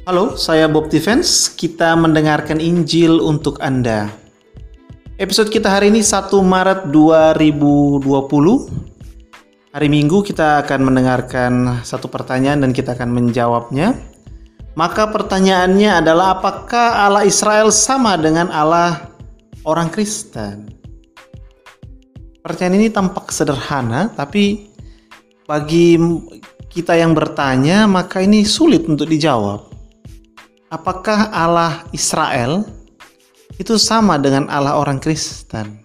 Halo, saya Bob Defense. Kita mendengarkan Injil untuk Anda. Episode kita hari ini 1 Maret 2020. Hari Minggu kita akan mendengarkan satu pertanyaan dan kita akan menjawabnya. Maka pertanyaannya adalah, apakah Allah Israel sama dengan Allah orang Kristen? Pertanyaan ini tampak sederhana, tapi bagi kita yang bertanya, maka ini sulit untuk dijawab. Apakah Allah Israel itu sama dengan Allah orang Kristen?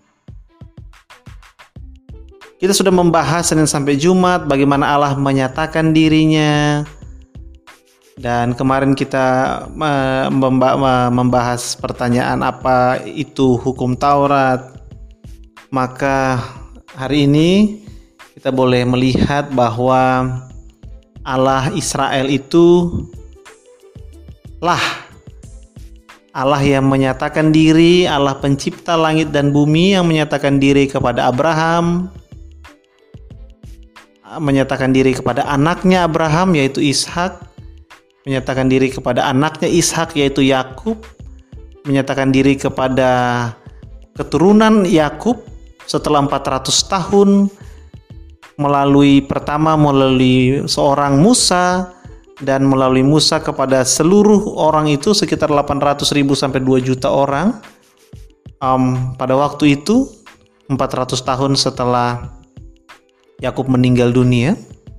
Kita sudah membahas Senin sampai Jumat bagaimana Allah menyatakan dirinya. Dan kemarin kita membahas pertanyaan apa itu hukum Taurat. Maka hari ini kita boleh melihat bahwa Allah Israel itu Allah yang menyatakan diri, Allah pencipta langit dan bumi, yang menyatakan diri kepada Abraham, menyatakan diri kepada anaknya Abraham yaitu Ishak, menyatakan diri kepada anaknya Ishak yaitu Yakub, menyatakan diri kepada keturunan Yakub setelah 400 tahun melalui seorang Musa, dan melalui Musa kepada seluruh orang itu sekitar 800.000 sampai 2 juta orang pada waktu itu 400 tahun setelah Yakub meninggal dunia.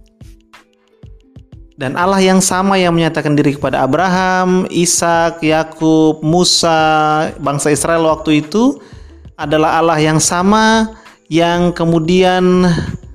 Dan Allah yang sama yang menyatakan diri kepada Abraham, Ishak, Yakub, Musa, bangsa Israel waktu itu adalah Allah yang sama yang kemudian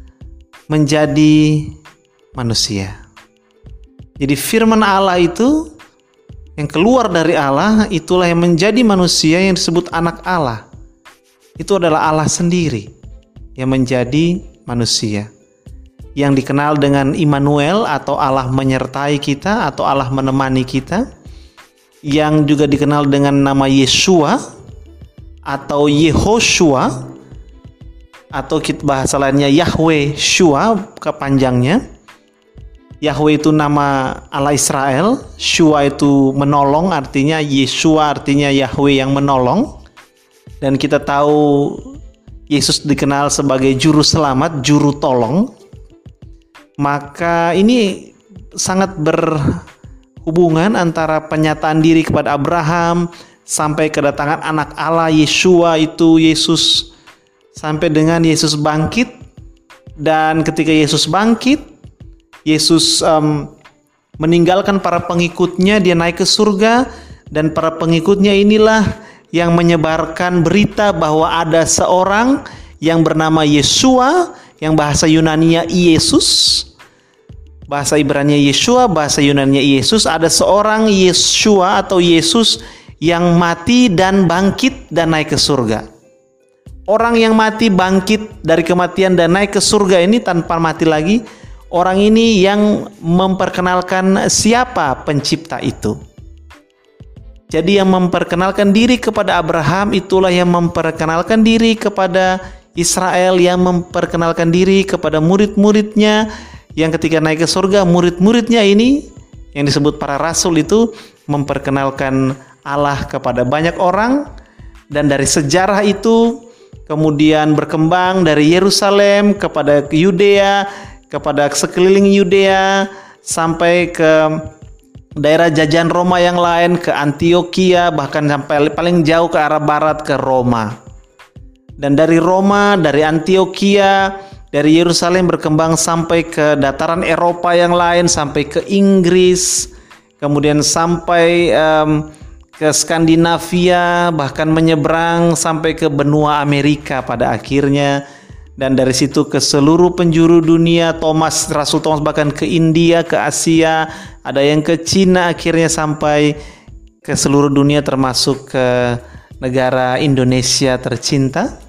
menjadi manusia. Jadi firman Allah itu yang keluar dari Allah, itulah yang menjadi manusia yang disebut anak Allah. Itu adalah Allah sendiri yang menjadi manusia, yang dikenal dengan Immanuel atau Allah menyertai kita atau Allah menemani kita, yang juga dikenal dengan nama Yeshua atau Yehoshua, atau bahasa lainnya Yahweh Shua kepanjangnya. Yahweh itu nama Allah Israel, Shua itu menolong, artinya Yeshua artinya Yahweh yang menolong. Dan kita tahu Yesus dikenal sebagai juru selamat, juru tolong. Maka ini sangat berhubungan antara penyataan diri kepada Abraham sampai kedatangan anak Allah Yeshua itu Yesus, sampai dengan Yesus bangkit. Dan ketika Yesus bangkit, Yesus meninggalkan para pengikutnya, dia naik ke surga, dan para pengikutnya inilah yang menyebarkan berita bahwa ada seorang yang bernama Yeshua, yang bahasa Yunani-nya Yesus, bahasa Ibrani Yeshua, bahasa Yunani-nya Yesus. Ada seorang Yeshua atau Yesus yang mati dan bangkit dan naik ke surga. Orang yang mati, bangkit dari kematian dan naik ke surga ini tanpa mati lagi, orang ini yang memperkenalkan siapa pencipta itu. Jadi yang memperkenalkan diri kepada Abraham itulah yang memperkenalkan diri kepada Israel, yang memperkenalkan diri kepada murid-muridnya, yang ketika naik ke surga, murid-muridnya ini yang disebut para rasul itu memperkenalkan Allah kepada banyak orang. Dan dari sejarah itu kemudian berkembang dari Yerusalem kepada Yudea, kepada sekeliling Yudea, sampai ke daerah jajahan Roma yang lain, ke Antioquia, bahkan sampai paling jauh ke arah barat ke Roma. Dan dari Roma, dari Antioquia, dari Yerusalem berkembang sampai ke dataran Eropa yang lain, sampai ke Inggris, kemudian sampai ke Skandinavia, bahkan menyeberang sampai ke benua Amerika pada akhirnya. Dan dari situ ke seluruh penjuru dunia, Rasul Thomas bahkan ke India, ke Asia, ada yang ke Cina, akhirnya sampai ke seluruh dunia termasuk ke negara Indonesia tercinta.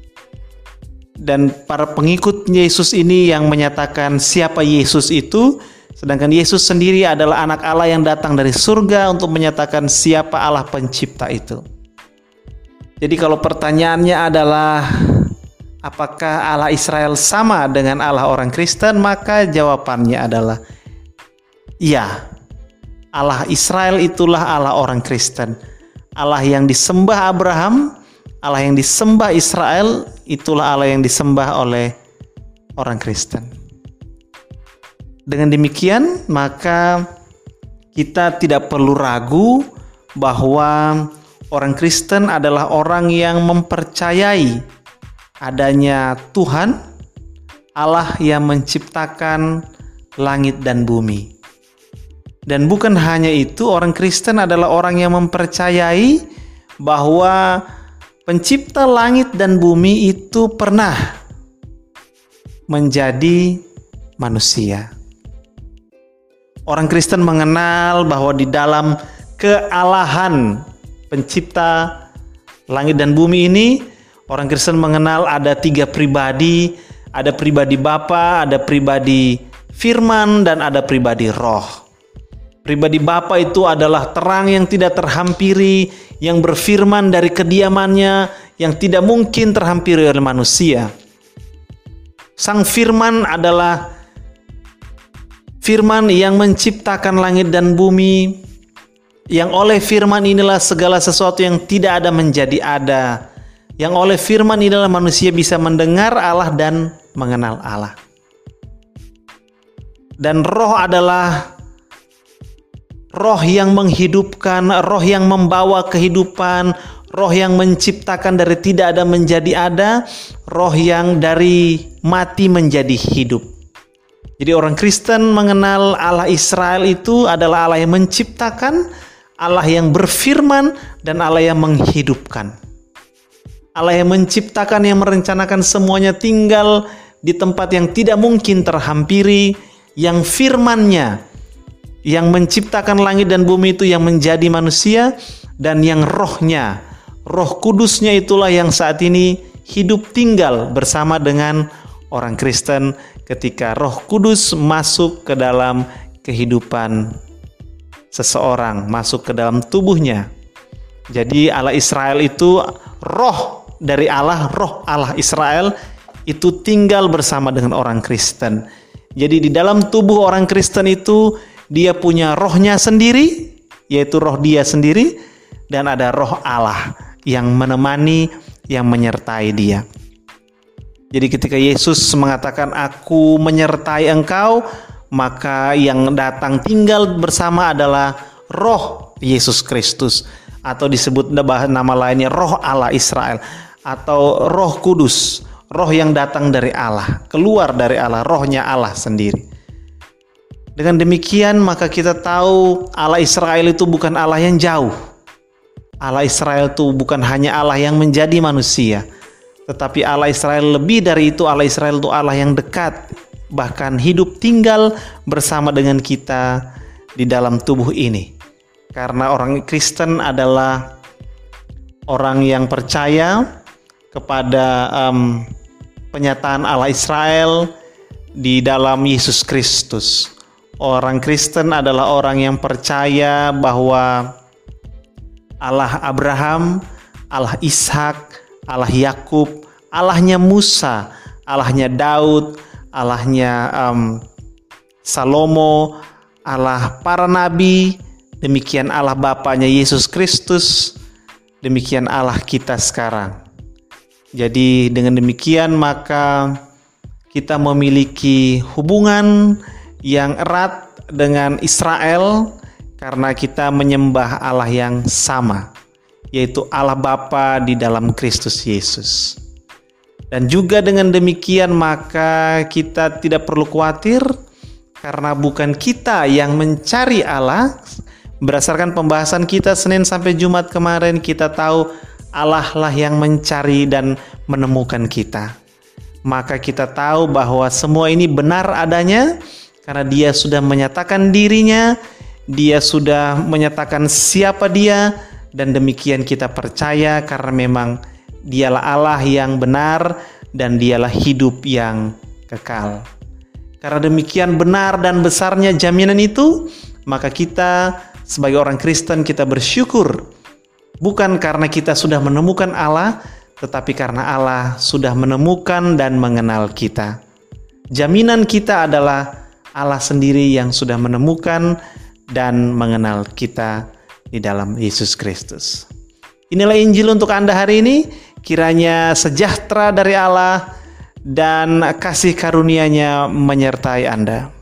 Dan para pengikut Yesus ini yang menyatakan siapa Yesus itu, sedangkan Yesus sendiri adalah anak Allah yang datang dari surga untuk menyatakan siapa Allah pencipta itu. Jadi kalau pertanyaannya adalah apakah Allah Israel sama dengan Allah orang Kristen, maka jawabannya adalah iya. Allah Israel itulah Allah orang Kristen. Allah yang disembah Abraham, Allah yang disembah Israel, itulah Allah yang disembah oleh orang Kristen. Dengan demikian, maka kita tidak perlu ragu bahwa orang Kristen adalah orang yang mempercayai adanya Tuhan, Allah yang menciptakan langit dan bumi. Dan bukan hanya itu, orang Kristen adalah orang yang mempercayai bahwa pencipta langit dan bumi itu pernah menjadi manusia. Orang Kristen mengenal bahwa di dalam kealahan pencipta langit dan bumi ini, orang Kristen mengenal ada 3 pribadi, ada pribadi Bapa, ada pribadi Firman, dan ada pribadi Roh. Pribadi Bapa itu adalah terang yang tidak terhampiri, yang berfirman dari kediamannya, yang tidak mungkin terhampiri oleh manusia. Sang Firman adalah Firman yang menciptakan langit dan bumi, yang oleh Firman inilah segala sesuatu yang tidak ada menjadi ada, yang oleh Firman inilah manusia bisa mendengar Allah dan mengenal Allah. Dan Roh adalah Roh yang menghidupkan, Roh yang membawa kehidupan, Roh yang menciptakan dari tidak ada menjadi ada, Roh yang dari mati menjadi hidup. Jadi orang Kristen mengenal Allah Israel itu adalah Allah yang menciptakan, Allah yang berfirman, dan Allah yang menghidupkan. Allah yang menciptakan, yang merencanakan semuanya tinggal di tempat yang tidak mungkin terhampiri, yang firman-Nya yang menciptakan langit dan bumi itu yang menjadi manusia, dan yang Roh-Nya, Roh Kudus-Nya itulah yang saat ini hidup tinggal bersama dengan orang Kristen ketika Roh Kudus masuk ke dalam kehidupan seseorang, masuk ke dalam tubuhnya. Jadi Allah Israel itu roh dari Allah, roh Allah Israel itu tinggal bersama dengan orang Kristen. Jadi di dalam tubuh orang Kristen itu dia punya rohnya sendiri, yaitu roh dia sendiri, dan ada roh Allah yang menemani, yang menyertai dia. Jadi ketika Yesus mengatakan aku menyertai engkau, maka yang datang tinggal bersama adalah roh Yesus Kristus, atau disebut nama lainnya roh Allah Israel, atau Roh Kudus, roh yang datang dari Allah, keluar dari Allah, rohnya Allah sendiri. Dengan demikian maka kita tahu Allah Israel itu bukan Allah yang jauh. Allah Israel itu bukan hanya Allah yang menjadi manusia, tetapi Allah Israel lebih dari itu. Allah Israel itu Allah yang dekat, bahkan hidup tinggal bersama dengan kita di dalam tubuh ini. Karena orang Kristen adalah orang yang percaya kepada penyataan Allah Israel di dalam Yesus Kristus. Orang Kristen adalah orang yang percaya bahwa Allah Abraham, Allah Ishak, Allah Yakub, Allahnya Musa, Allahnya Daud, Allahnya Salomo, Allah para nabi, demikian Allah Bapanya Yesus Kristus, demikian Allah kita sekarang. Jadi dengan demikian maka kita memiliki hubungan yang erat dengan Israel karena kita menyembah Allah yang sama, yaitu Allah Bapa di dalam Kristus Yesus. Dan juga dengan demikian maka kita tidak perlu khawatir karena bukan kita yang mencari Allah. Berdasarkan pembahasan kita Senin sampai Jumat kemarin, kita tahu Allah lah yang mencari dan menemukan kita. Maka kita tahu bahwa semua ini benar adanya karena Dia sudah menyatakan dirinya, Dia sudah menyatakan siapa Dia, dan demikian kita percaya karena memang Dialah Allah yang benar dan Dialah hidup yang kekal. Karena demikian benar dan besarnya jaminan itu, maka kita sebagai orang Kristen kita bersyukur, bukan karena kita sudah menemukan Allah, tetapi karena Allah sudah menemukan dan mengenal kita. Jaminan kita adalah Allah sendiri yang sudah menemukan dan mengenal kita di dalam Yesus Kristus. Inilah Injil untuk Anda hari ini. Kiranya sejahtera dari Allah dan kasih karunia-Nya menyertai Anda.